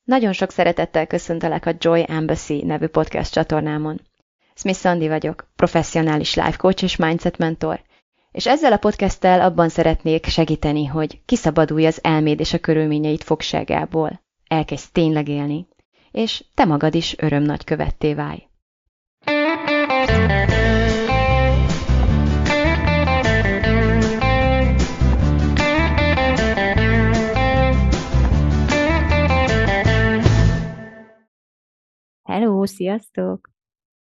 Nagyon sok szeretettel köszöntelek a Joy Embassy nevű podcast csatornámon. Smith Sandy vagyok, professzionális life coach és mindset mentor, és ezzel a podcasttel abban szeretnék segíteni, hogy kiszabadulj az elméd és a körülményeid fogságából, elkezdj tényleg élni, és te magad is örömnagykövetté válj. Hello, sziasztok!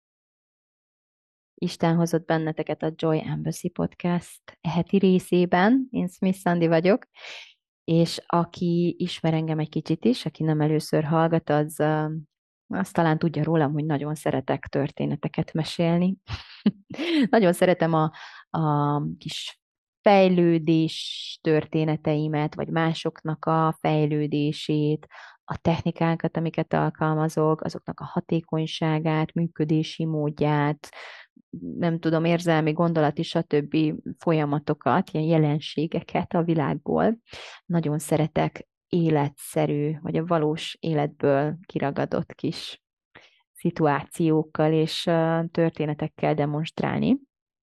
Isten hozott benneteket a Joy Embassy podcast heti részében. Én Smith Sandy vagyok, és aki ismer engem egy kicsit is, aki nem először hallgat, az azt talán tudja rólam, hogy nagyon szeretek történeteket mesélni. Nagyon szeretem a kis fejlődés történeteimet, vagy másoknak a fejlődését, a technikákat, amiket alkalmazok, azoknak a hatékonyságát, működési módját, nem tudom, érzelmi, gondolati, stb. Folyamatokat, ilyen jelenségeket a világból. Nagyon szeretek életszerű, vagy a valós életből kiragadott kis szituációkkal és történetekkel demonstrálni.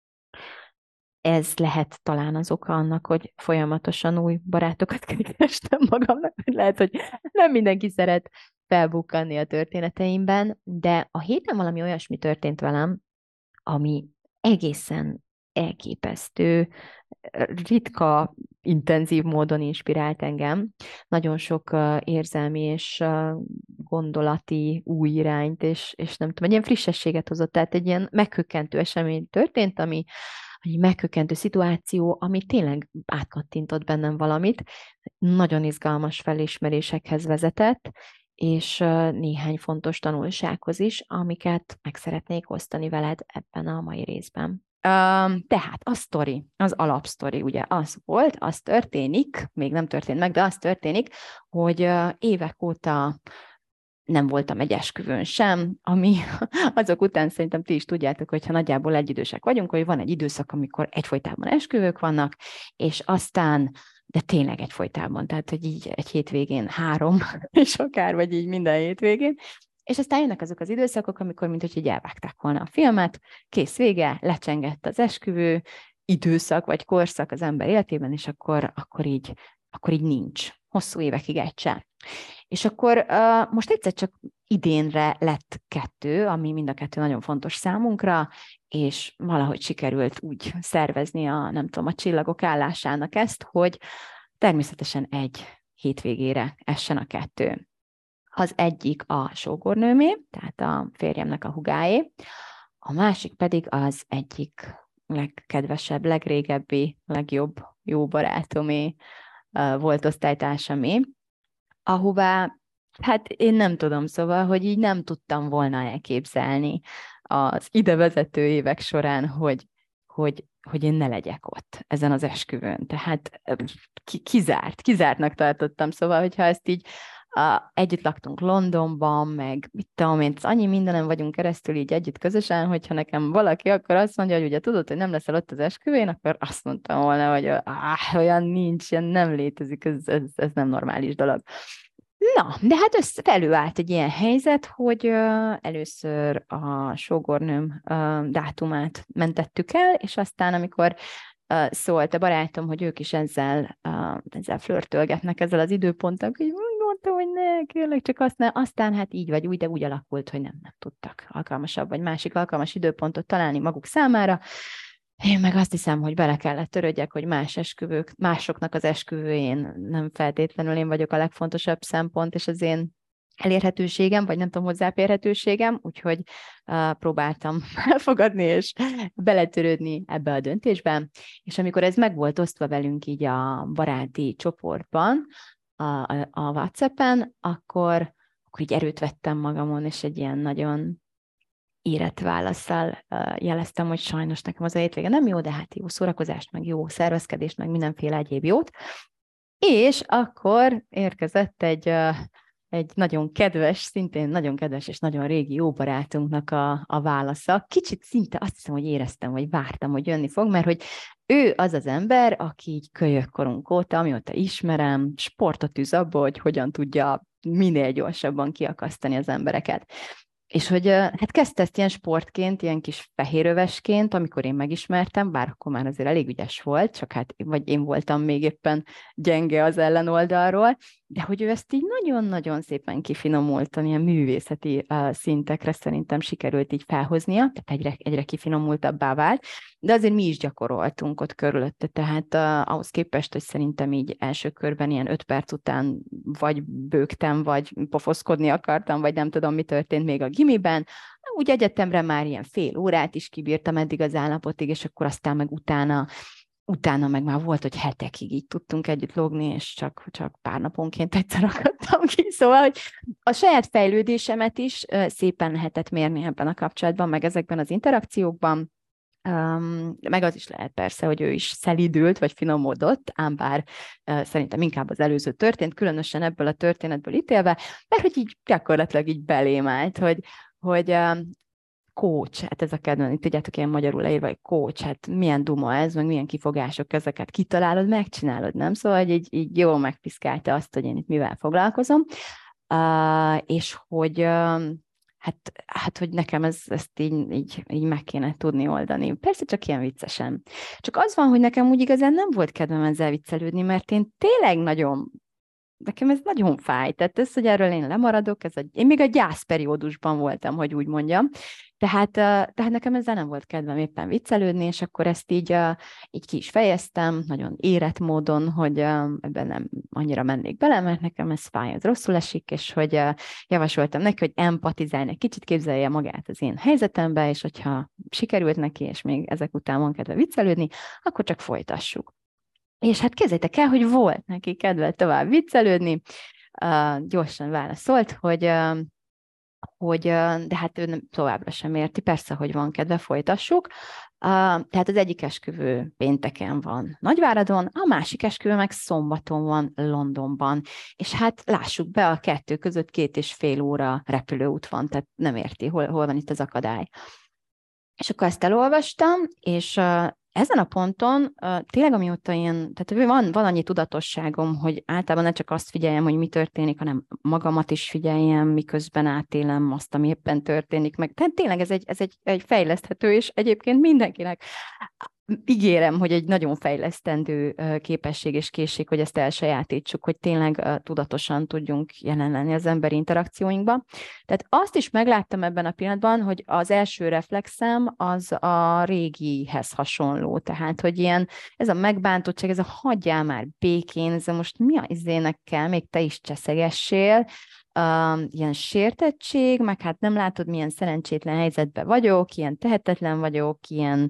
Ez lehet talán az oka annak, hogy folyamatosan új barátokat kerestem magamnak. Lehet, hogy nem mindenki szeret felbukkanni a történeteimben, de a héten valami olyasmi történt velem, ami egészen elképesztő, ritka, intenzív módon inspirált engem. Nagyon sok érzelmi és gondolati új irányt, és nem tudom, egy ilyen frissességet hozott. Tehát egy ilyen meghökkentő esemény történt, ami egy meghökkentő szituáció, ami tényleg átkattintott bennem valamit. Nagyon izgalmas felismerésekhez vezetett, és néhány fontos tanulsághoz is, amiket meg szeretnék osztani veled ebben a mai részben. Tehát a sztori, az alapsztori ugye az volt, az történik, még nem történt meg, de az történik, hogy évek óta nem voltam egy esküvőn sem, ami azok után szerintem ti is tudjátok, hogyha nagyjából egyidősek vagyunk, hogy van egy időszak, amikor egyfolytában esküvők vannak, és aztán, de tényleg egyfolytában, tehát hogy így egy hétvégén 3, és akár, vagy így minden hétvégén, és aztán jönnek azok az időszakok, amikor minthogy így elvágták volna a filmet, kész vége, lecsengett az esküvő, időszak vagy korszak az ember életében, és akkor így nincs. Hosszú évekig egy sem. És akkor most egyszer csak idénre lett 2, ami mind a 2 nagyon fontos számunkra, és valahogy sikerült úgy szervezni nem tudom, a csillagok állásának ezt, hogy természetesen egy hétvégére essen a 2. Az egyik a sógornőmé, tehát a férjemnek a húgáé, a másik pedig az egyik legkedvesebb, legrégebbi, legjobb jó barátomé, volt osztálytársamé, ahová, hát én nem tudom, szóval, hogy így nem tudtam volna elképzelni az ide vezető évek során, hogy én ne legyek ott ezen az esküvőn. Tehát kizártnak tartottam, szóval, hogyha ezt így együtt laktunk Londonban, meg mit tudom én, annyi mindenem vagyunk keresztül így együtt közösen, hogyha nekem valaki akkor azt mondja, hogy ugye tudod, hogy nem leszel ott az esküvőn, akkor azt mondtam volna, hogy olyan nincs, ilyen nem létezik, ez nem normális dolog. Na, de hát előállt egy ilyen helyzet, hogy először a sógornőm dátumát mentettük el, és aztán, amikor szólt a barátom, hogy ők is ezzel flörtölgetnek, ezzel az időponttal, hogy mondtam, hogy ne, kérlek, csak azt ne. Aztán hát így vagy úgy, de úgy alakult, hogy nem tudtak alkalmasabb vagy másik alkalmas időpontot találni maguk számára. Én meg azt hiszem, hogy bele kellett törődjek, hogy másoknak az esküvőjén nem feltétlenül én vagyok a legfontosabb szempont, és az én elérhetőségem, vagy nem tudom, hozzáférhetőségem, úgyhogy próbáltam elfogadni és beletörődni ebbe a döntésbe. És amikor ez meg volt osztva velünk így a baráti csoportban, a WhatsApp-en, akkor így erőt vettem magamon, és egy ilyen nagyon érett válasszal jeleztem, hogy sajnos nekem az a hétvége nem jó, de hát jó szórakozást, meg jó szervezkedést, meg mindenféle egyéb jót. És akkor érkezett egy nagyon kedves, szintén nagyon kedves és nagyon régi jó barátunknak a válasza. Kicsit szinte azt hiszem, hogy éreztem, vagy vártam, hogy jönni fog, mert hogy ő az az ember, aki így kölyökkorunk óta, amióta ismerem, sportot űz abba, hogy hogyan tudja minél gyorsabban kiakasztani az embereket. És hogy hát kezdte ezt ilyen sportként, ilyen kis fehérövesként, amikor én megismertem, bár akkor már azért elég ügyes volt, csak hát vagy én voltam még éppen gyenge az ellenoldalról, de hogy ő ezt így nagyon-nagyon szépen kifinomultan, ilyen művészeti szintekre szerintem sikerült így felhoznia, tehát egyre kifinomultabbá vált, de azért mi is gyakoroltunk ott körülötte, tehát ahhoz képest, hogy szerintem így első körben ilyen 5 perc után vagy bőgtem, vagy pofoszkodni akartam, vagy nem tudom, mi történt még a gimiben, úgy egyetemre már ilyen fél órát is kibírtam eddig az állapotig, és akkor aztán meg utána meg már volt, hogy hetekig így tudtunk együtt lógni, és csak pár naponként egyszer akadtam ki. Szóval, hogy a saját fejlődésemet is szépen lehetett mérni ebben a kapcsolatban, meg ezekben az interakciókban, meg az is lehet persze, hogy ő is szelídült, vagy finomodott, ám bár szerintem inkább az előző történt, különösen ebből a történetből ítélve, mert hogy így gyakorlatilag így belém állt, hogy coach, hát ez a kedvenc, tudjátok, ilyen magyarul leírva, hogy coach, hát milyen duma ez, meg milyen kifogások ezeket kitalálod, megcsinálod, nem? Szóval hogy így jól megpiszkálta azt, hogy én itt mivel foglalkozom, és hogy hogy nekem ezt így meg kéne tudni oldani. Persze csak ilyen viccesen. Csak az van, hogy nekem úgy igazán nem volt kedvem ezzel viccelődni, mert én tényleg nekem ez nagyon fáj. Tehát ez, hogy erről én lemaradok, én még a gyászperiódusban voltam, hogy úgy mondjam. Tehát nekem ezzel nem volt kedvem éppen viccelődni, és akkor ezt így ki is fejeztem, nagyon érett módon, hogy ebben nem annyira mennék bele, mert nekem ez fáj, az rosszul esik, és hogy javasoltam neki, hogy empatizálni egy kicsit, képzelje magát az én helyzetembe, és hogyha sikerült neki, és még ezek után van kedve viccelődni, akkor csak folytassuk. És hát képzeljétek el, hogy volt neki kedve tovább viccelődni, gyorsan válaszolt, de hát ő továbbra sem érti, persze, hogy van kedve, folytassuk. Tehát az egyik esküvő pénteken van Nagyváradon, a másik esküvő meg szombaton van Londonban. És hát lássuk be, a kettő között 2,5 óra repülőút van, tehát nem érti, hol van itt az akadály. És akkor ezt elolvastam, és ezen a ponton tényleg amióta tehát van annyi tudatosságom, hogy általában ne csak azt figyeljem, hogy mi történik, hanem magamat is figyeljem, miközben átélem azt, ami éppen történik meg. Tehát tényleg ez egy fejleszthető, és egyébként mindenkinek ígérem, hogy egy nagyon fejlesztendő képesség és készség, hogy ezt elsajátítsuk, hogy tényleg tudatosan tudjunk jelen lenni az emberi interakcióinkban. Tehát azt is megláttam ebben a pillanatban, hogy az első reflexem az a régihez hasonló. Tehát, hogy ez a megbántottság, ez a hagyjál már békén, ez a most mi a izének kell, még te is cseszegessél, ilyen sértettség, meg hát nem látod, milyen szerencsétlen helyzetben vagyok, ilyen tehetetlen vagyok, ilyen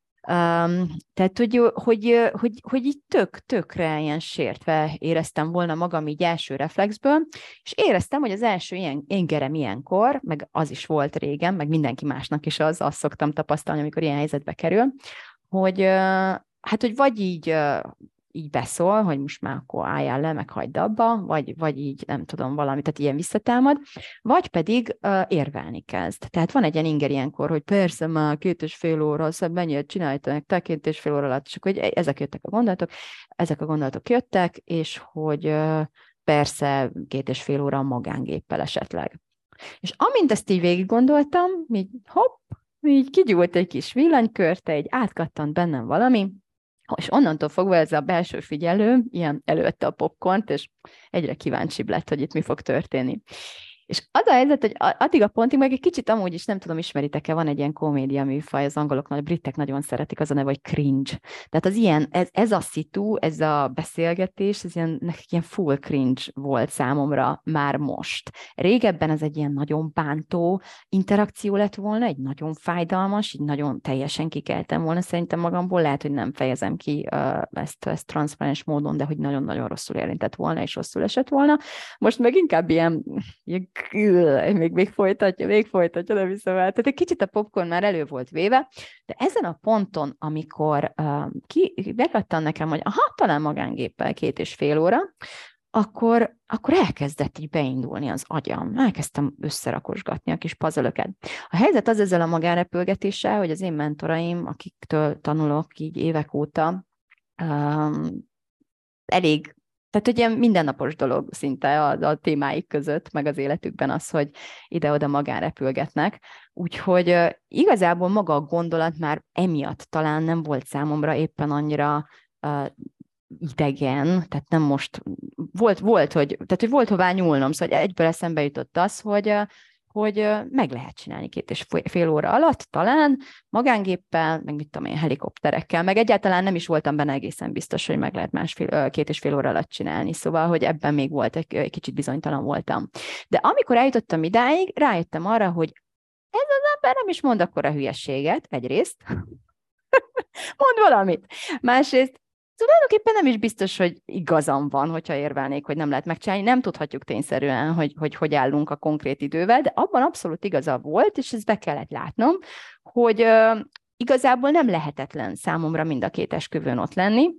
tehát, hogy így tökre ilyen sértve éreztem volna magam így első reflexből, és éreztem, hogy az első ilyen ingerem ilyenkor, meg az is volt régen, meg mindenki másnak is azt szoktam tapasztalni, amikor ilyen helyzetbe kerül, hogy hogy vagy így beszól, hogy most már akkor álljál le, meg hagyd abba, vagy így nem tudom valami, tehát ilyen visszatámad, vagy pedig érvelni kezd. Tehát van egy ilyen inger ilyenkor, hogy persze már 2,5 óra, azt mennyire csináljátok te 2,5 óra alatt, és akkor ezek a gondolatok jöttek, és hogy persze 2,5 óra magángéppel esetleg. És amint ezt így végig gondoltam, így hopp, így kigyújt egy kis villanykörte, így átkattant bennem valami, és onnantól fogva ez a belső figyelő ilyen előtte a popcornt, és egyre kíváncsibb lett, hogy itt mi fog történni. És az a helyzet, hogy addig a pontig, meg egy kicsit amúgy is, nem tudom, ismeritek-e, van egy ilyen komédia műfaj, az angolok, a britek nagyon szeretik, az a neve, hogy cringe. Tehát az ilyen, ez a szitu, ez a beszélgetés, nekik ilyen full cringe volt számomra már most. Régebben ez egy ilyen nagyon bántó interakció lett volna, egy nagyon fájdalmas, így nagyon teljesen kikeltem volna szerintem magamból, lehet, hogy nem fejezem ki ezt transzparens módon, de hogy nagyon-nagyon rosszul érintett volna, és rosszul esett volna. Most meg inkább ilyen még folytatja, de viszont. Tehát egy kicsit a popcorn már elő volt véve, de ezen a ponton, amikor bekattan nekem, hogy talán magángéppel 2,5 óra, akkor elkezdett így beindulni az agyam. Elkezdtem összerakosgatni a kis puzzle-öket. A helyzet az ezzel a magánrepülgetéssel, hogy az én mentoraim, akiktől tanulok így évek óta, elég Tehát, hogy ilyen mindennapos dolog szinte a témáik között, meg az életükben az, hogy ide-oda magán repülgetnek. Úgyhogy igazából maga a gondolat már emiatt talán nem volt számomra éppen annyira idegen, tehát nem most, hogy volt hová nyúlnom, szóval egyből eszembe jutott az, hogy meg lehet csinálni 2,5 óra alatt, talán magángéppel, meg mit tudom én, helikopterekkel, meg egyáltalán nem is voltam benne egészen biztos, hogy meg lehet 2,5 óra alatt csinálni, szóval, hogy ebben még volt, egy kicsit bizonytalan voltam. De amikor eljutottam idáig, rájöttem arra, hogy ez az ember nem is mond akkora hülyességet, egyrészt, mond valamit. Másrészt tulajdonképpen nem is biztos, hogy igazam van, hogyha érvelnék, hogy nem lehet megcsinálni. Nem tudhatjuk tényszerűen, hogy állunk a konkrét idővel, de abban abszolút igaza volt, és ezt be kellett látnom, hogy igazából nem lehetetlen számomra mind a két esküvőn ott lenni.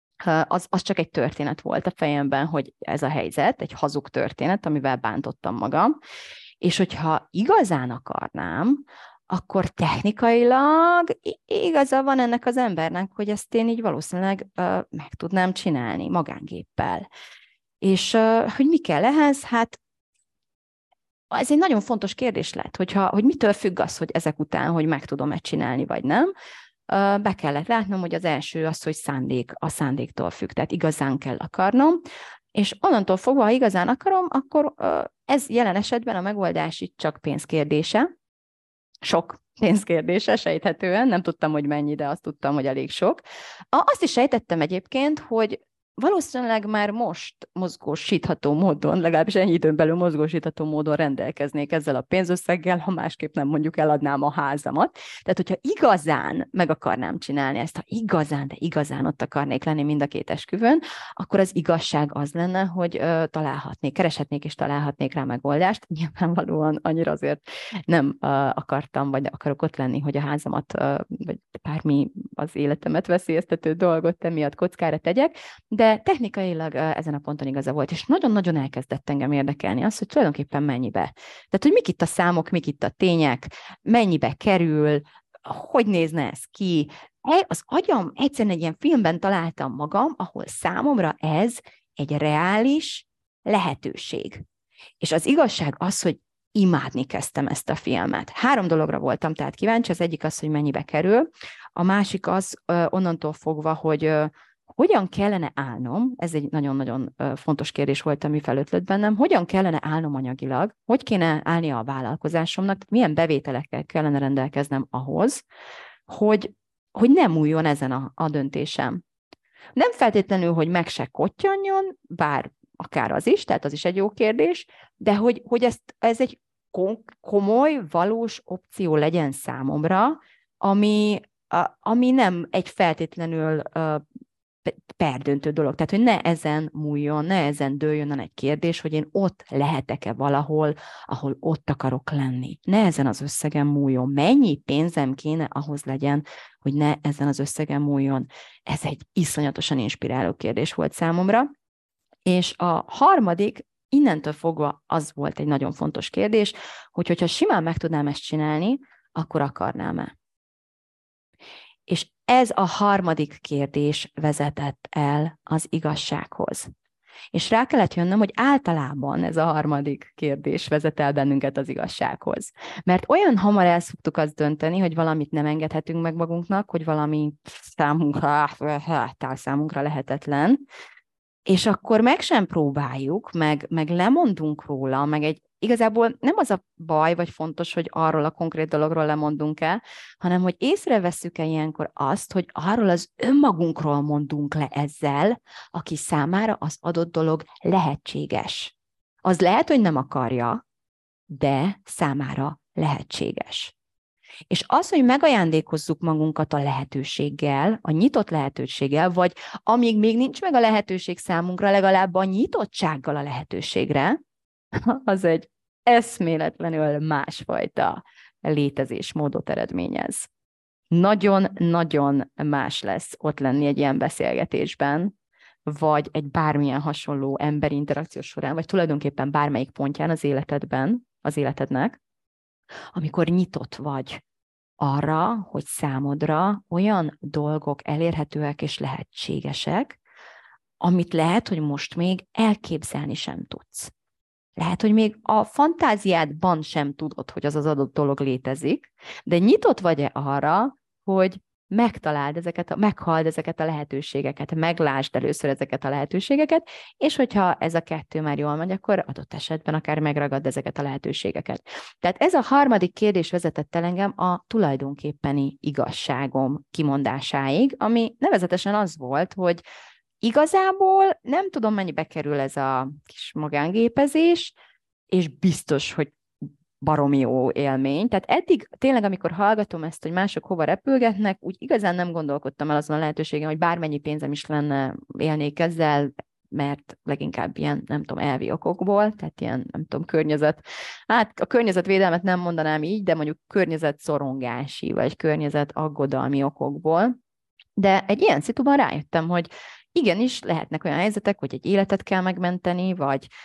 Az csak egy történet volt a fejemben, hogy ez a helyzet, egy hazug történet, amivel bántottam magam, és hogyha igazán akarnám, akkor technikailag igaza van ennek az embernek, hogy ezt én így valószínűleg meg tudnám csinálni magángéppel. És hogy mi kell ehhez? Hát ez egy nagyon fontos kérdés lett, hogy mitől függ az, hogy ezek után, hogy meg tudom-e csinálni, vagy nem. Be kellett látnom, hogy az első az, hogy a szándéktól függ, tehát igazán kell akarnom, és onnantól fogva, ha igazán akarom, akkor ez jelen esetben a megoldás itt csak pénzkérdése, sok pénzkérdése, sejthetően, nem tudtam, hogy mennyi, de azt tudtam, hogy elég sok. Azt is sejtettem egyébként, hogy valószínűleg már most mozgósítható módon, legalábbis ennyi időn belül mozgósítható módon rendelkeznék ezzel a pénzösszeggel, ha másképp nem mondjuk eladnám a házamat. Tehát, hogyha igazán meg akarnám csinálni ezt, ha igazán, de igazán ott akarnék lenni mind a két esküvőn, akkor az igazság az lenne, hogy kereshetnék és találhatnék rá megoldást. Nyilvánvalóan annyira azért nem akartam, vagy akarok ott lenni, hogy a házamat, vagy bármi az életemet veszélyeztető dolgot emiatt kockára tegyek, de technikailag ezen a ponton igaza volt, és nagyon-nagyon elkezdett engem érdekelni az, hogy tulajdonképpen mennyibe. Tehát, hogy mik itt a számok, mik itt a tények, mennyibe kerül, hogy nézne ez ki. Az agyam egyszerűen egy ilyen filmben találtam magam, ahol számomra ez egy reális lehetőség. És az igazság az, hogy imádni kezdtem ezt a filmet. 3 dologra voltam tehát kíváncsi, az egyik az, hogy mennyibe kerül, a másik az onnantól fogva, hogy hogyan kellene állnom, ez egy nagyon-nagyon fontos kérdés volt, ami felötlött bennem, hogyan kellene állnom anyagilag, hogy kéne állnia a vállalkozásomnak, milyen bevételekkel kellene rendelkeznem ahhoz, hogy nem múljon ezen a döntésem. Nem feltétlenül, hogy meg se kottyanjon, bár akár az is, tehát az is egy jó kérdés, de hogy ez egy komoly, valós opció legyen számomra, ami nem egy feltétlenül perdöntő dolog. Tehát, hogy ne ezen múljon, ne ezen dőljön egy kérdés, hogy én ott lehetek-e valahol, ahol ott akarok lenni. Ne ezen az összegen múljon. Mennyi pénzem kéne ahhoz legyen, hogy ne ezen az összegen múljon. Ez egy iszonyatosan inspiráló kérdés volt számomra. És a harmadik, innentől fogva az volt egy nagyon fontos kérdés, hogyha simán meg tudnám ezt csinálni, akkor akarnám-e. És ez a harmadik kérdés vezetett el az igazsághoz. És rá kellett jönnöm, hogy általában ez a harmadik kérdés vezet el bennünket az igazsághoz. Mert olyan hamar el szoktuk azt dönteni, hogy valamit nem engedhetünk meg magunknak, hogy valami számunkra lehetetlen, és akkor meg sem próbáljuk, meg lemondunk róla, igazából nem az a baj, vagy fontos, hogy arról a konkrét dologról lemondunk el, hanem hogy észrevesszük-e ilyenkor azt, hogy arról az önmagunkról mondunk le ezzel, aki számára az adott dolog lehetséges. Az lehet, hogy nem akarja, de számára lehetséges. És az, hogy megajándékozzuk magunkat a lehetőséggel, a nyitott lehetőséggel, vagy amíg még nincs meg a lehetőség számunkra, legalább a nyitottsággal a lehetőségre, az egy eszméletlenül másfajta létezésmódot eredményez. Nagyon-nagyon más lesz ott lenni egy ilyen beszélgetésben, vagy egy bármilyen hasonló emberi interakció során, vagy tulajdonképpen bármelyik pontján az életedben, az életednek, amikor nyitott vagy arra, hogy számodra olyan dolgok elérhetőek és lehetségesek, amit lehet, hogy most még elképzelni sem tudsz. Lehet, hogy még a fantáziádban sem tudod, hogy az az adott dolog létezik, de nyitott vagy-e arra, hogy meghalld ezeket a lehetőségeket, meglásd először ezeket a lehetőségeket, és hogyha ez a kettő már jól megy, akkor adott esetben akár megragad ezeket a lehetőségeket. Tehát ez a harmadik kérdés vezetett el engem a tulajdonképpeni igazságom kimondásáig, ami nevezetesen az volt, hogy igazából nem tudom, mennyibe kerül ez a kis magángépezés, és biztos, hogy baromi jó élmény. Tehát eddig tényleg, amikor hallgatom ezt, hogy mások hova repülgetnek, úgy igazán nem gondolkodtam el azon a lehetőségen, hogy bármennyi pénzem is lenne, élnék ezzel, mert leginkább ilyen, nem tudom, elvi okokból, tehát ilyen, nem tudom, hát a környezetvédelmet nem mondanám így, de mondjuk környezetszorongási, vagy környezetaggodalmi okokból. De egy ilyen szituban rájöttem, hogy igenis lehetnek olyan helyzetek, hogy egy életet kell megmenteni,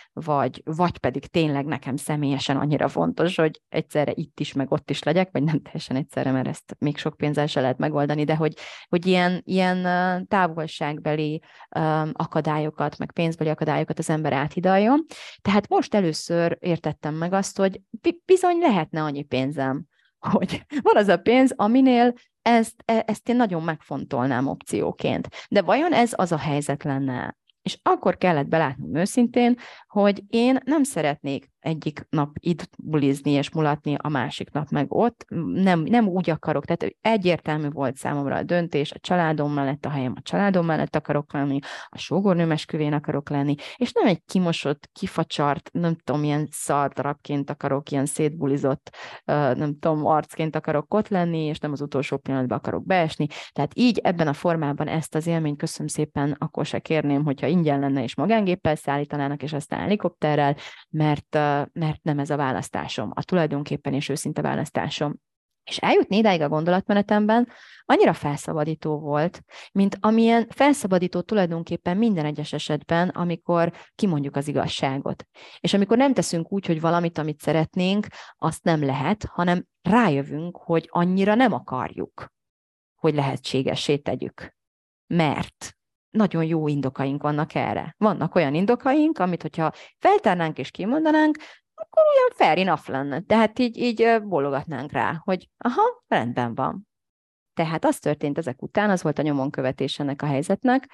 vagy pedig tényleg nekem személyesen annyira fontos, hogy egyszerre itt is, meg ott is legyek, vagy nem teljesen egyszerre, mert ezt még sok pénzzel se lehet megoldani, de hogy ilyen távolságbeli akadályokat, meg pénzbeli akadályokat az ember áthidaljon. Tehát most először értettem meg azt, hogy bizony lehetne annyi pénzem, hogy van az a pénz, aminél ezt én nagyon megfontolnám opcióként. De vajon ez az a helyzet lenne? És akkor kellett belátnom őszintén, hogy én nem szeretnék egyik nap itt bulizni és mulatni, a másik nap meg ott. Nem úgy akarok, tehát egyértelmű volt számomra a döntés, a családom mellett, a helyem a családom mellett akarok lenni, a sógornőm esküvén akarok lenni, és nem egy kimosott, kifacsart, nem tudom, ilyen szardarabként akarok, ilyen szétbulizott, nem tudom, arcként akarok ott lenni, és nem az utolsó pillanatban akarok beesni. Tehát így ebben a formában ezt az élményt, köszönöm szépen, akkor se kérném, hogyha ingyen lenne és magángéppel szállítanának, és aztán helikopterrel, mert nem ez a választásom, a tulajdonképpen és őszinte választásom. És eljutni idáig a gondolatmenetemben annyira felszabadító volt, mint amilyen felszabadító tulajdonképpen minden egyes esetben, amikor kimondjuk az igazságot. És amikor nem teszünk úgy, hogy valamit, amit szeretnénk, azt nem lehet, hanem rájövünk, hogy annyira nem akarjuk, hogy lehetségessé tegyük. Mert nagyon jó indokaink vannak erre. Vannak olyan indokaink, amit, hogyha feltárnánk és kimondanánk, akkor olyan fair enough lenne. Tehát így bólogatnánk rá, hogy aha, rendben van. Tehát az történt ezek után, az volt a nyomon követés ennek a helyzetnek,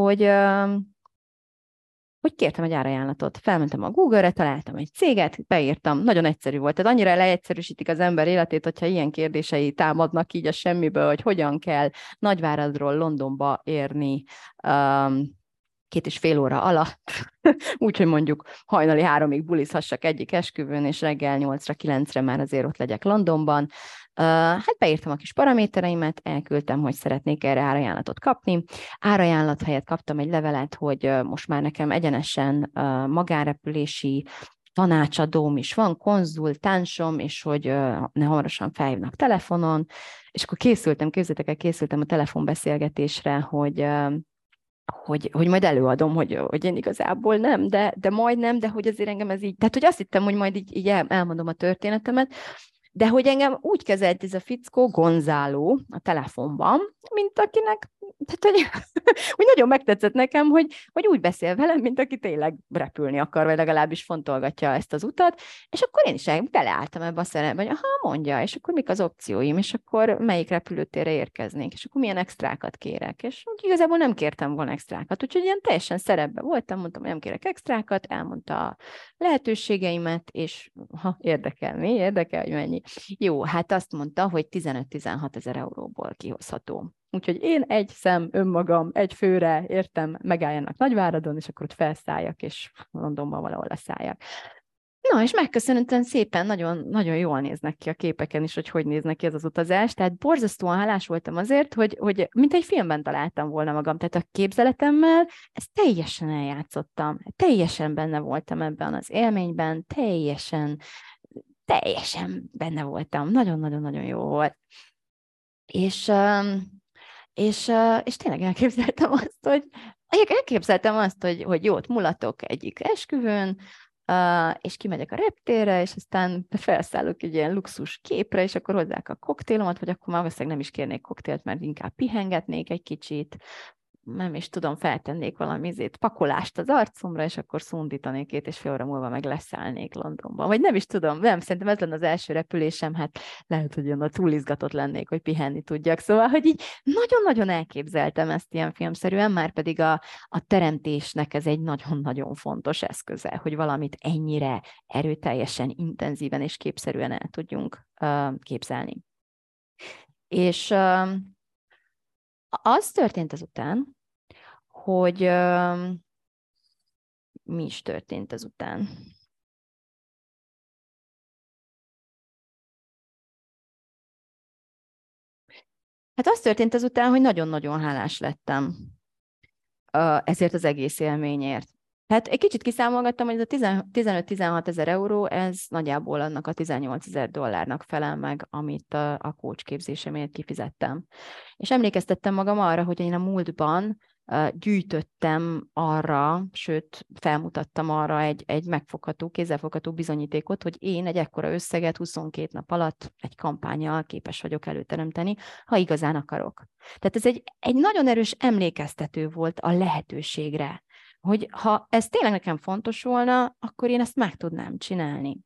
hogy kértem egy árajánlatot. Felmentem a Google-re, találtam egy céget, beírtam, nagyon egyszerű volt. Tehát annyira leegyszerűsítik az ember életét, hogyha ilyen kérdései támadnak így a semmiből, hogy hogyan kell Nagyváradról Londonba érni 2,5 óra alatt, úgyhogy mondjuk hajnali 3-ig bulizhassak egyik esküvőn, és reggel 8-ra, 9-re már azért ott legyek Londonban. Hát beírtam a kis paramétereimet, elküldtem, hogy szeretnék erre árajánlatot kapni. Árajánlat helyett kaptam egy levelet, hogy most már nekem egyenesen magánrepülési tanácsadóm is van, konzultánsom, és hogy hamarosan felhívnak telefonon, és akkor készültem a telefonbeszélgetésre, hogy majd előadom, hogy én igazából nem, de majdnem, de hogy azért engem ez így, tehát hogy azt hittem, hogy majd így elmondom a történetemet, de hogy engem úgy kezelt ez a fickó, Gonzáló a telefonban, mint akinek, tehát hogy nagyon megtetszett nekem, hogy úgy beszél velem, mint aki tényleg repülni akar, vagy legalábbis fontolgatja ezt az utat, és akkor én is beleálltam ebbe a szerepbe, hogy aha, mondja, és akkor mik az opcióim, és akkor melyik repülőtérre érkeznék, és akkor milyen extrákat kérek, és úgy igazából nem kértem volna extrákat, úgyhogy ilyen teljesen szerepbe voltam, mondtam, hogy nem kérek extrákat, elmondta a lehetőségeimet, és érdekel, hogy mennyi. Jó, hát azt mondta, hogy 15-16 ezer euróból kihozható. Úgyhogy én egy szem önmagam, egy főre értem, megálljanak Nagyváradon, és akkor ott felszálljak, és Londonban valahol leszálljak. Na, és megköszönöm szépen, nagyon, nagyon jól néznek ki a képeken is, hogy néznek ki ez az utazás. Tehát borzasztóan hálás voltam azért, hogy mint egy filmben találtam volna magam. Tehát a képzeletemmel ezt teljesen eljátszottam. Teljesen benne voltam ebben az élményben, teljesen benne voltam. Nagyon-nagyon-nagyon jó volt. És tényleg elképzeltem azt, hogy jót mulatok egyik esküvőn, és kimegyek a reptérre, és aztán felszállok egy ilyen luxus képre, és akkor hozzák a koktélomat, vagy akkor már valószínűleg nem is kérnék koktélt, mert inkább pihengetnék egy kicsit. nem is tudom, feltennék valami pakolást az arcomra, és akkor szundítanék 2,5 óra múlva meg leszállnék Londonban. Vagy nem is tudom, nem, szerintem ez lenne az első repülésem, hát lehet, hogy olyan túlizgatott lennék, hogy pihenni tudjak. Szóval, hogy így nagyon-nagyon elképzeltem ezt ilyen filmszerűen, már pedig a teremtésnek ez egy nagyon-nagyon fontos eszköze, hogy valamit ennyire erőteljesen, intenzíven és képszerűen el tudjunk képzelni. És az történt azután, hogy mi is történt azután. Hát az történt azután, hogy nagyon-nagyon hálás lettem ezért az egész élményért. Tehát egy kicsit kiszámolgattam, hogy ez a 15-16 ezer euró, ez nagyjából annak a 18 ezer dollárnak felel meg, amit a coach képzésemért kifizettem. És emlékeztettem magam arra, hogy én a múltban gyűjtöttem arra, sőt, felmutattam arra egy megfogható, kézzelfogható bizonyítékot, hogy én egy ekkora összeget 22 nap alatt egy kampánnyal képes vagyok előteremteni, ha igazán akarok. Tehát ez egy nagyon erős emlékeztető volt a lehetőségre, hogy ha ez tényleg nekem fontos volna, akkor én ezt meg tudnám csinálni.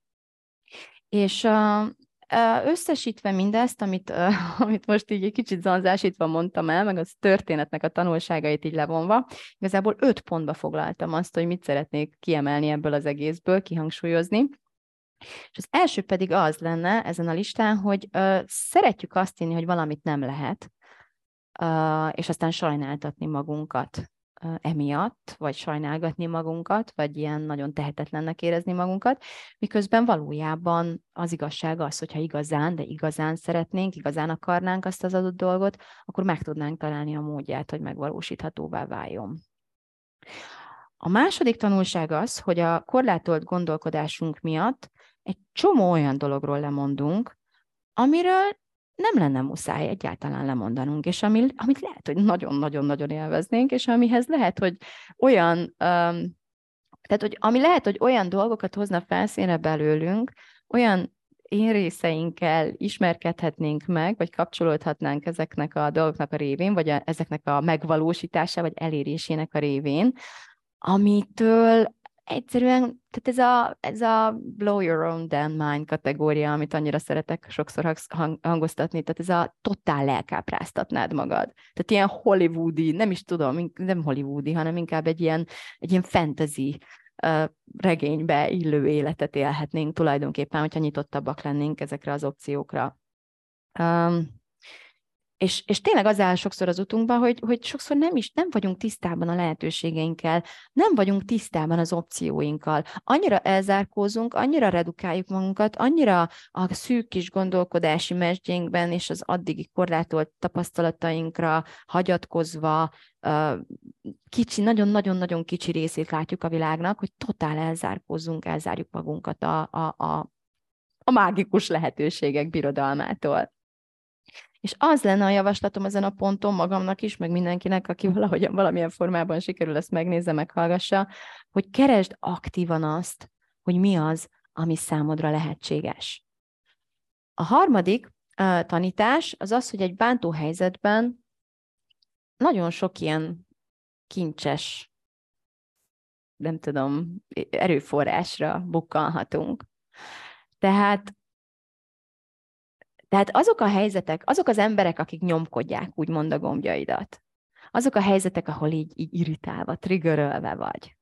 És összesítve mindezt, amit most így egy kicsit zanzásítva mondtam el, meg az történetnek a tanulságait így levonva, igazából 5 pontba foglaltam azt, hogy mit szeretnék kiemelni ebből az egészből, kihangsúlyozni. És az első pedig az lenne ezen a listán, hogy szeretjük azt hinni, hogy valamit nem lehet, és aztán sajnáltatni magunkat emiatt, vagy sajnálgatni magunkat, vagy ilyen nagyon tehetetlennek érezni magunkat, miközben valójában az igazság az, hogyha igazán, de igazán szeretnénk, igazán akarnánk azt az adott dolgot, akkor meg tudnánk találni a módját, hogy megvalósíthatóvá váljon. A második tanulság az, hogy a korlátolt gondolkodásunk miatt egy csomó olyan dologról lemondunk, amiről nem lenne muszáj egyáltalán lemondanunk, és amit lehet, hogy nagyon-nagyon-nagyon élveznénk, és amihez lehet, hogy olyan, tehát, hogy ami lehet, hogy olyan dolgokat hozna felszínre belőlünk, olyan én részeinkkel ismerkedhetnénk meg, vagy kapcsolódhatnánk ezeknek a dolgoknak a révén, vagy ezeknek a megvalósítása, vagy elérésének a révén, amitől egyszerűen, tehát ez a blow your own damn mind kategória, amit annyira szeretek sokszor hangoztatni, tehát ez a totál lelkápráztatnád magad. Tehát ilyen hollywoodi, nem is tudom, nem hollywoodi, hanem inkább egy ilyen fantasy regénybe illő életet élhetnénk tulajdonképpen, hogyha nyitottabbak lennénk ezekre az opciókra. És tényleg az áll sokszor az utunkban, hogy sokszor nem vagyunk tisztában a lehetőségeinkkel, nem vagyunk tisztában az opcióinkkal. Annyira elzárkózunk, annyira redukáljuk magunkat, annyira a szűk kis gondolkodási mesdjénkben és az addigi korlátolt tapasztalatainkra hagyatkozva nagyon-nagyon-nagyon kicsi részét látjuk a világnak, hogy totál elzárjuk magunkat a mágikus lehetőségek birodalmától. És az lenne a javaslatom ezen a ponton magamnak is, meg mindenkinek, aki valahogyan valamilyen formában sikerül ezt megnézze, meghallgassa, hogy keresd aktívan azt, hogy mi az, ami számodra lehetséges. A harmadik tanítás az az, hogy egy bántó helyzetben nagyon sok ilyen kincses, nem tudom, erőforrásra bukkanhatunk. Tehát azok a helyzetek, azok az emberek, akik nyomkodják úgymond a gombjaidat, azok a helyzetek, ahol így irritálva, triggerölve vagy.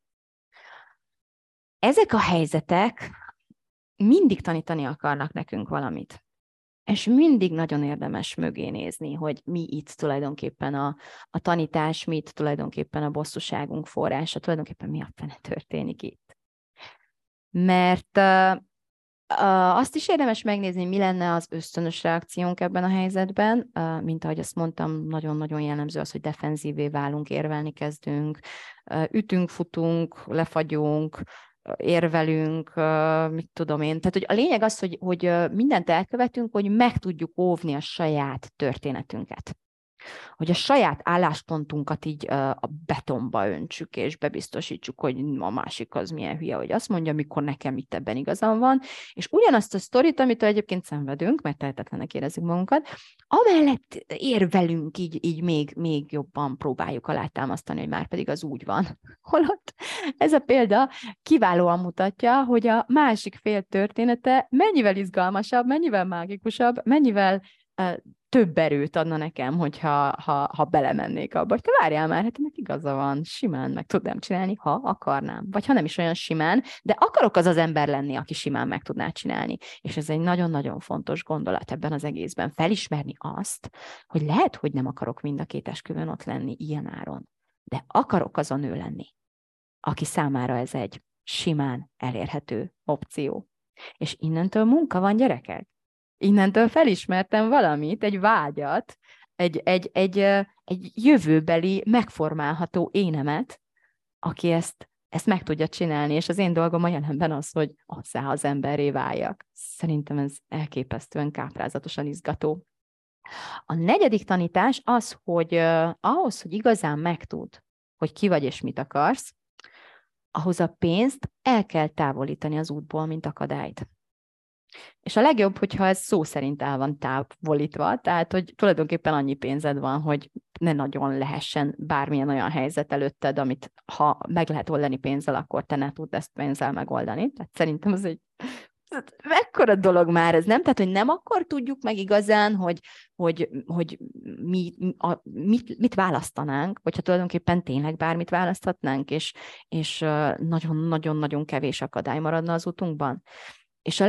Ezek a helyzetek mindig tanítani akarnak nekünk valamit. És mindig nagyon érdemes mögé nézni, hogy mi itt tulajdonképpen a tanítás, mi itt tulajdonképpen a bosszúságunk forrása, tulajdonképpen mi a fene történik itt. Mert azt is érdemes megnézni, mi lenne az ösztönös reakciónk ebben a helyzetben, mint ahogy azt mondtam, nagyon-nagyon jellemző az, hogy defenzívé válunk, érvelni kezdünk, ütünk, futunk, lefagyunk, érvelünk, mit tudom én. Tehát hogy a lényeg az, hogy mindent elkövetünk, hogy meg tudjuk óvni a saját történetünket. hogy a saját álláspontunkat így a betonba öntsük, és bebiztosítsuk, hogy a másik az milyen hülye, hogy azt mondja, mikor nekem itt ebben igazam van, és ugyanazt a sztorit, amitől egyébként szenvedünk, mert tehetetlenek érezzük magunkat, amellett érvelünk, így még jobban próbáljuk alátámasztani, hogy már pedig az úgy van. Holott ez a példa kiválóan mutatja, hogy a másik fél története mennyivel izgalmasabb, mennyivel mágikusabb, mennyivel több erőt adna nekem, ha belemennék abba, hogy te várjál már, hát ennek igaza van, simán meg tudnám csinálni, ha akarnám. Vagy ha nem is olyan simán, de akarok az ember lenni, aki simán meg tudná csinálni. És ez egy nagyon-nagyon fontos gondolat ebben az egészben, felismerni azt, hogy lehet, hogy nem akarok mind a két esküvőn ott lenni ilyen áron, de akarok az a nő lenni, aki számára ez egy simán elérhető opció. És innentől munka van, gyerekek. Innentől felismertem valamit, egy vágyat, egy jövőbeli, megformálható énemet, aki ezt meg tudja csinálni, és az én dolgom a jelenben az, hogy azzá az emberré váljak. Szerintem ez elképesztően káprázatosan izgató. A negyedik tanítás az, hogy ahhoz, hogy igazán megtudd, hogy ki vagy és mit akarsz, ahhoz a pénzt el kell távolítani az útból, mint akadályt. És a legjobb, hogyha ez szó szerint el van távolítva, tehát, hogy tulajdonképpen annyi pénzed van, hogy ne nagyon lehessen bármilyen olyan helyzet előtted, amit ha meg lehet oldani pénzzel, akkor te ne tudd ezt pénzzel megoldani. Tehát szerintem az egy mekkora dolog már ez, nem? Tehát, hogy nem akkor tudjuk meg igazán, hogy mit választanánk, hogyha tulajdonképpen tényleg bármit választhatnánk, és nagyon-nagyon-nagyon kevés akadály maradna az utunkban. És a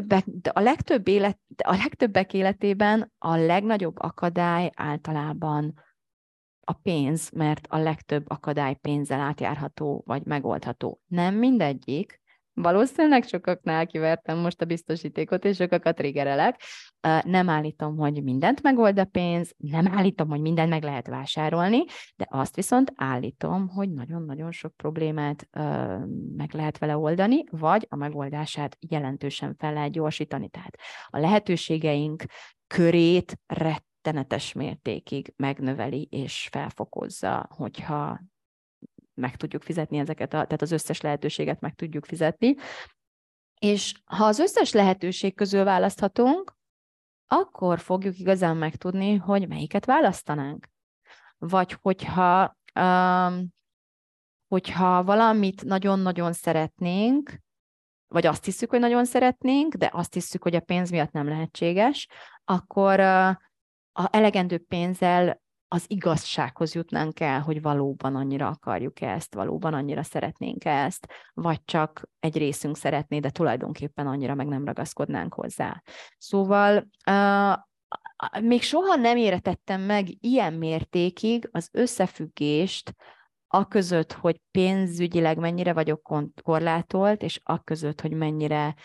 legtöbbek életében a legnagyobb akadály általában a pénz, mert a legtöbb akadály pénzzel átjárható, vagy megoldható. Nem mindegyik. Valószínűleg sokaknál kivertem most a biztosítékot, és sokakat triggerelek. Nem állítom, hogy mindent megold a pénz, nem állítom, hogy mindent meg lehet vásárolni, de azt viszont állítom, hogy nagyon-nagyon sok problémát meg lehet vele oldani, vagy a megoldását jelentősen fel lehet gyorsítani. Tehát a lehetőségeink körét rettenetes mértékig megnöveli és felfokozza, hogyha meg tudjuk fizetni ezeket, tehát az összes lehetőséget meg tudjuk fizetni. És ha az összes lehetőség közül választhatunk, akkor fogjuk igazán megtudni, hogy melyiket választanánk. Vagy hogyha valamit nagyon-nagyon szeretnénk, vagy azt hiszük, hogy nagyon szeretnénk, de azt hiszük, hogy a pénz miatt nem lehetséges, akkor a elegendő pénzzel az igazsághoz jutnánk el, hogy valóban annyira akarjuk ezt, valóban annyira szeretnénk ezt, vagy csak egy részünk szeretné, de tulajdonképpen annyira meg nem ragaszkodnánk hozzá. Szóval még soha nem éretettem meg ilyen mértékig az összefüggést aközött, hogy pénzügyileg mennyire vagyok korlátolt, és aközött, hogy mennyire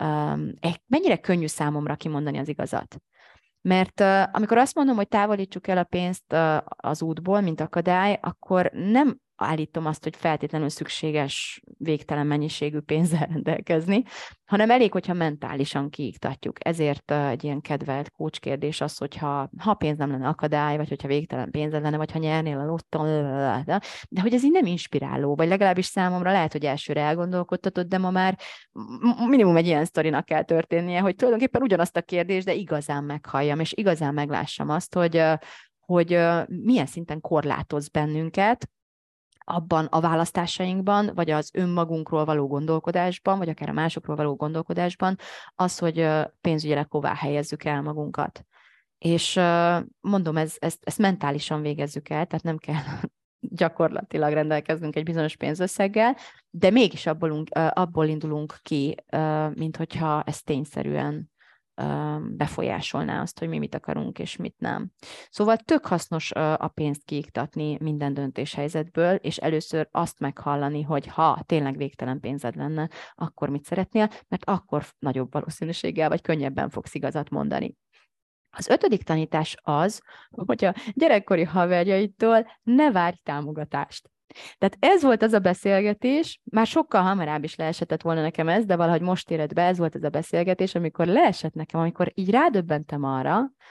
könnyű számomra kimondani az igazat. Mert amikor azt mondom, hogy távolítsuk el a pénzt az útból, mint akadály, akkor nem állítom azt, hogy feltétlenül szükséges végtelen mennyiségű pénzzel rendelkezni, hanem elég, hogyha mentálisan kiiktatjuk. Ezért egy ilyen kedvelt kulcskérdés az, hogyha pénz nem lenne akadály, vagy hogyha végtelen pénzed lenne, vagy ha nyernél a lotton, de hogy ez így nem inspiráló, vagy legalábbis számomra lehet, hogy elsőre elgondolkodtatod, de ma már minimum egy ilyen sztorinak kell történnie, hogy tulajdonképpen ugyanazt a kérdést, de igazán meghalljam, és igazán meglássam azt, hogy milyen szinten korlátoz bennünket abban a választásainkban, vagy az önmagunkról való gondolkodásban, vagy akár a másokról való gondolkodásban, az, hogy pénzügyileg hová helyezzük el magunkat. És mondom, ezt mentálisan végezzük el, tehát nem kell gyakorlatilag rendelkeznünk egy bizonyos pénzösszeggel, de mégis abból indulunk ki, mint hogyha ez tényszerűen befolyásolná azt, hogy mi mit akarunk és mit nem. Szóval tök hasznos a pénzt kiiktatni minden döntéshelyzetből, és először azt meghallani, hogy ha tényleg végtelen pénzed lenne, akkor mit szeretnél, mert akkor nagyobb valószínűséggel vagy könnyebben fogsz igazat mondani. Az 5. tanítás az, hogy a gyerekkori haverjaitól ne várj támogatást. Tehát ez volt az a beszélgetés, már sokkal hamarabb is leesett volna nekem ez, de valahogy most éred be, ez volt az a beszélgetés, amikor leesett nekem, amikor így rádöbbentem arra,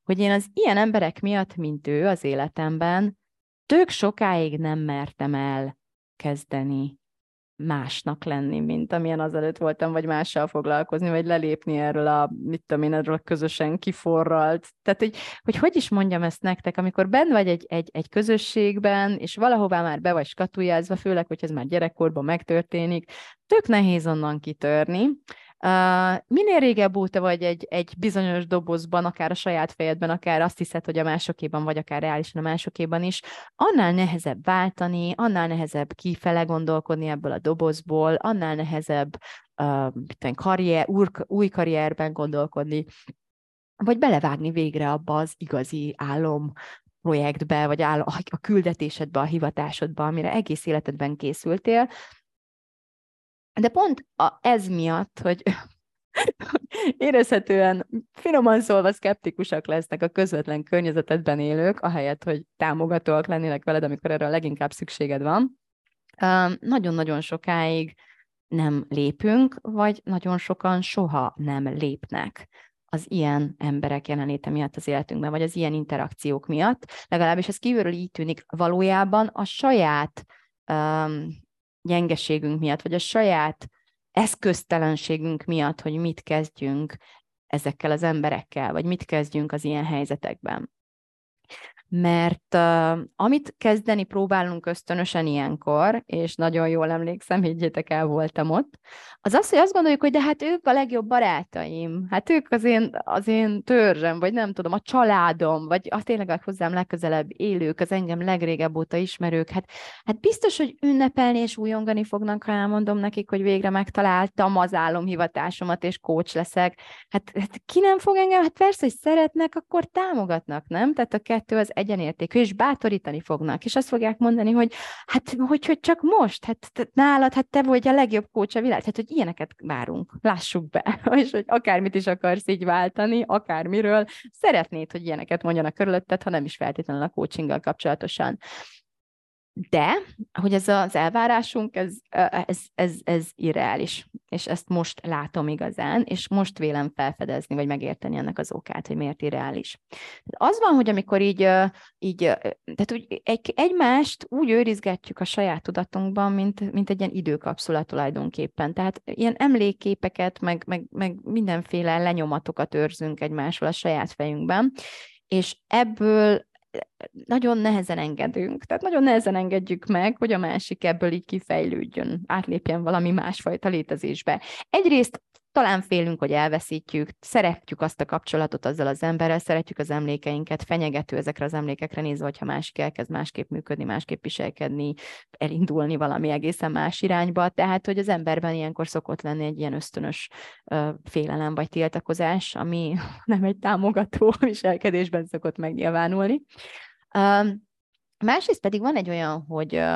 hogy én az ilyen emberek miatt, mint ő az életemben, tök sokáig nem mertem el kezdeni másnak lenni, mint amilyen azelőtt voltam, vagy mással foglalkozni, vagy lelépni erről mit tudom én, erről a közösen kiforralt. Tehát, hogy is mondjam ezt nektek, amikor benn vagy egy közösségben, és valahová már be vagy skatujázva, főleg, hogy ez már gyerekkorban megtörténik, tök nehéz onnan kitörni. Minél régebb óta vagy egy bizonyos dobozban, akár a saját fejedben, akár azt hiszed, hogy a másokéban, vagy akár reálisan a másokéban is, annál nehezebb váltani, annál nehezebb kifele gondolkodni ebből a dobozból, annál nehezebb új karrierben gondolkodni, vagy belevágni végre abba az igazi álom projektbe, vagy a küldetésedbe, a hivatásodba, amire egész életedben készültél. De pont ez miatt, hogy érezhetően, finoman szólva szkeptikusak lesznek a közvetlen környezetedben élők, ahelyett, hogy támogatóak lennének veled, amikor erre a leginkább szükséged van. Nagyon-nagyon sokáig nem lépünk, vagy nagyon sokan soha nem lépnek az ilyen emberek jelenléte miatt az életünkben, vagy az ilyen interakciók miatt. Legalábbis ez kívülről így tűnik, valójában a saját gyengeségünk miatt, vagy a saját eszköztelenségünk miatt, hogy mit kezdjünk ezekkel az emberekkel, vagy mit kezdjünk az ilyen helyzetekben. Mert amit kezdeni próbálunk ösztönösen ilyenkor, és nagyon jól emlékszem, higgyétek el, voltam ott, az az, hogy azt gondoljuk, hogy de hát ők a legjobb barátaim, hát ők az én törzsem, vagy nem tudom, a családom, vagy tényleg a hozzám legközelebb élők, az engem legrégebb óta ismerők, hát biztos, hogy ünnepelni és újongani fognak, ha elmondom nekik, hogy végre megtaláltam az álomhivatásomat, és coach leszek. Hát ki nem fog engem? Hát persze, hogy szeretnek, akkor támogatnak, nem? Tehát a kettő az egyenértékű, és bátorítani fognak, és azt fogják mondani, hogy hát, hogy csak most, hát nálad, hát te vagy a legjobb coach a világ, tehát, hogy ilyeneket várunk, lássuk be, és hogy akármit is akarsz így váltani, akármiről, szeretnéd, hogy ilyeneket mondjanak körülötted, ha nem is feltétlenül a coachinggal kapcsolatosan. De, hogy ez az elvárásunk, ez irreális, és ezt most látom igazán, és most vélem felfedezni, vagy megérteni ennek az okát, hogy miért irreális. Az van, hogy amikor tehát úgy egymást úgy őrizgetjük a saját tudatunkban, mint egy ilyen időkapszula tulajdonképpen. Tehát ilyen emlékképeket, meg mindenféle lenyomatokat őrzünk egymásról a saját fejünkben, és ebből nagyon nehezen engedünk, tehát nagyon nehezen engedjük meg, hogy a másik ebből így kifejlődjön, átlépjen valami másfajta létezésbe. Egyrészt talán félünk, hogy elveszítjük, szeretjük azt a kapcsolatot azzal az emberrel, szeretjük az emlékeinket, fenyegető ezekre az emlékekre nézve, hogyha másik elkezd másképp működni, másképp viselkedni, elindulni valami egészen más irányba, tehát hogy az emberben ilyenkor szokott lenni egy ilyen ösztönös félelem vagy tiltakozás, ami nem egy támogató viselkedésben szokott megnyilvánulni. Másrészt pedig van egy olyan,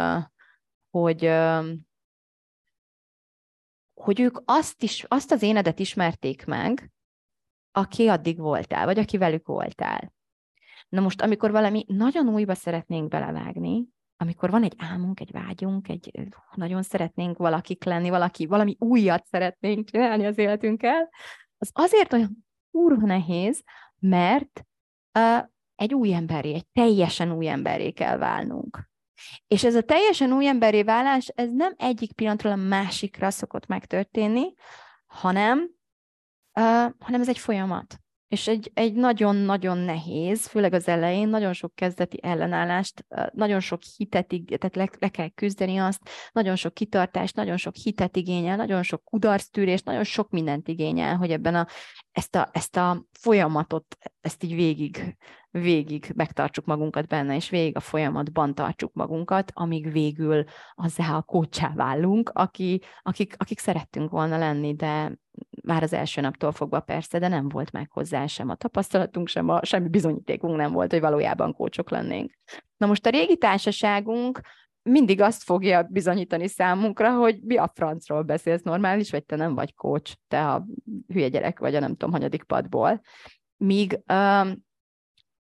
hogy ők azt az énedet ismerték meg, aki addig voltál, vagy aki velük voltál. Na most, amikor valami nagyon újba szeretnénk belevágni, amikor van egy álmunk, egy vágyunk, nagyon szeretnénk valakik lenni, valami újat szeretnénk csinálni az életünkkel, az azért olyan kurva nehéz, mert egy teljesen új emberré kell válnunk. És ez a teljesen új emberré válás, ez nem egyik pillanatról a másikra szokott megtörténni, hanem ez egy folyamat. És egy nagyon-nagyon nehéz, főleg az elején, nagyon sok kezdeti ellenállást, nagyon sok hitet, tehát le kell küzdeni azt, nagyon sok kitartást, nagyon sok hitet igényel, nagyon sok kudarctűrést, nagyon sok mindent igényel, hogy ebben ezt a folyamatot, ezt így végig megtartsuk magunkat benne, és végig a folyamatban tartsuk magunkat, amíg végül azzá a coachá válunk, akik szerettünk volna lenni, de már az első naptól fogva persze, de nem volt meg hozzá sem a tapasztalatunk, semmi bizonyítékunk nem volt, hogy valójában coachok lennénk. Na most a régi társaságunk mindig azt fogja bizonyítani számunkra, hogy mi a francról beszélsz, normális, vagy te nem vagy coach, te a hülye gyerek vagy a nem tudom, hanyadik padból. Míg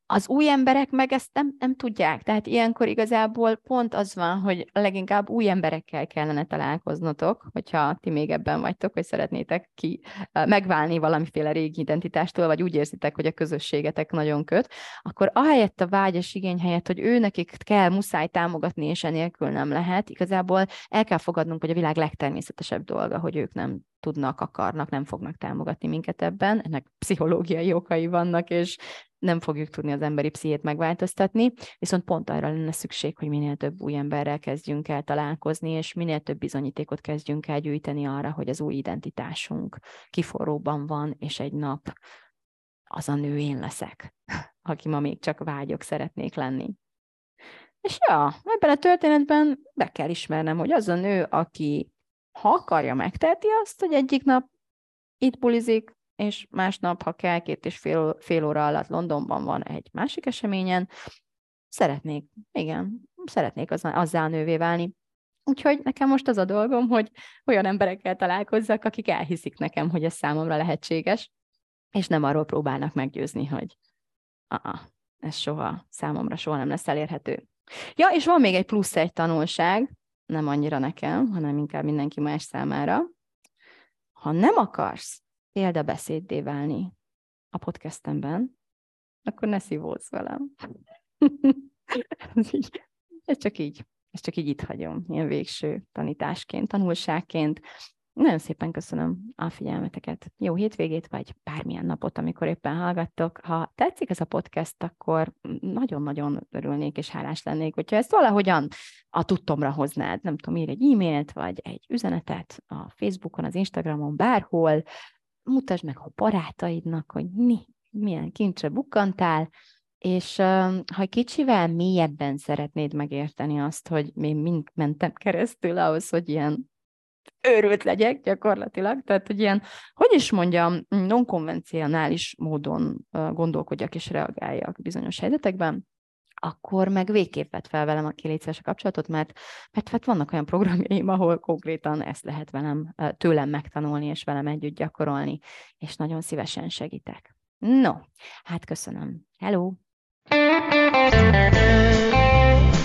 Az új emberek meg ezt nem tudják, tehát ilyenkor igazából pont az van, hogy leginkább új emberekkel kellene találkoznotok, hogyha ti még ebben vagytok, hogy szeretnétek megválni valamiféle régi identitástól, vagy úgy érzitek, hogy a közösségetek nagyon köt, akkor ahelyett a vágyas igény helyett, hogy ő nekik kell, muszáj támogatni, és enélkül nem lehet, igazából el kell fogadnunk, hogy a világ legtermészetesebb dolga, hogy ők nem tudnak, akarnak, nem fognak támogatni minket ebben. Ennek pszichológiai okai vannak, és nem fogjuk tudni az emberi pszichét megváltoztatni, viszont pont arra lenne szükség, hogy minél több új emberrel kezdjünk el találkozni, és minél több bizonyítékot kezdjünk el gyűjteni arra, hogy az új identitásunk kiforróban van, és egy nap az a nő én leszek, aki ma még csak vágyok, szeretnék lenni. És ja, ebben a történetben be kell ismernem, hogy az a nő, aki ha akarja, megteheti azt, hogy egyik nap itt bulizik, és másnap, ha kell, 2,5 óra alatt Londonban van egy másik eseményen, szeretnék azzá a nővé válni. Úgyhogy nekem most az a dolgom, hogy olyan emberekkel találkozzak, akik elhiszik nekem, hogy ez számomra lehetséges, és nem arról próbálnak meggyőzni, hogy ez számomra soha nem lesz elérhető. Ja, és van még egy plusz egy tanulság, nem annyira nekem, hanem inkább mindenki más számára. Ha nem akarsz példabeszéddé válni a podcastemben, akkor ne szívózz velem. Ez csak így itt hagyom, ilyen végső tanításként, tanulságként. Nagyon szépen köszönöm a figyelmeteket. Jó hétvégét, vagy bármilyen napot, amikor éppen hallgattok. Ha tetszik ez a podcast, akkor nagyon-nagyon örülnék és hálás lennék, hogyha ezt valahogyan a tudtomra hoznád. Nem tudom, írj egy e-mailt, vagy egy üzenetet a Facebookon, az Instagramon, bárhol. Mutasd meg a barátaidnak, hogy milyen kincsre bukkantál, és ha kicsivel mélyebben szeretnéd megérteni azt, hogy én mind mentem keresztül ahhoz, hogy ilyen őrült legyek gyakorlatilag, tehát hogy ilyen, hogy is mondjam, non-konvencionális módon gondolkodjak és reagáljak bizonyos helyzetekben, akkor meg végképp vett fel velem a létszeres kapcsolatot, mert vannak olyan programjaim, ahol konkrétan ezt lehet tőlem megtanulni, és velem együtt gyakorolni, és nagyon szívesen segítek. No, hát köszönöm. Hello!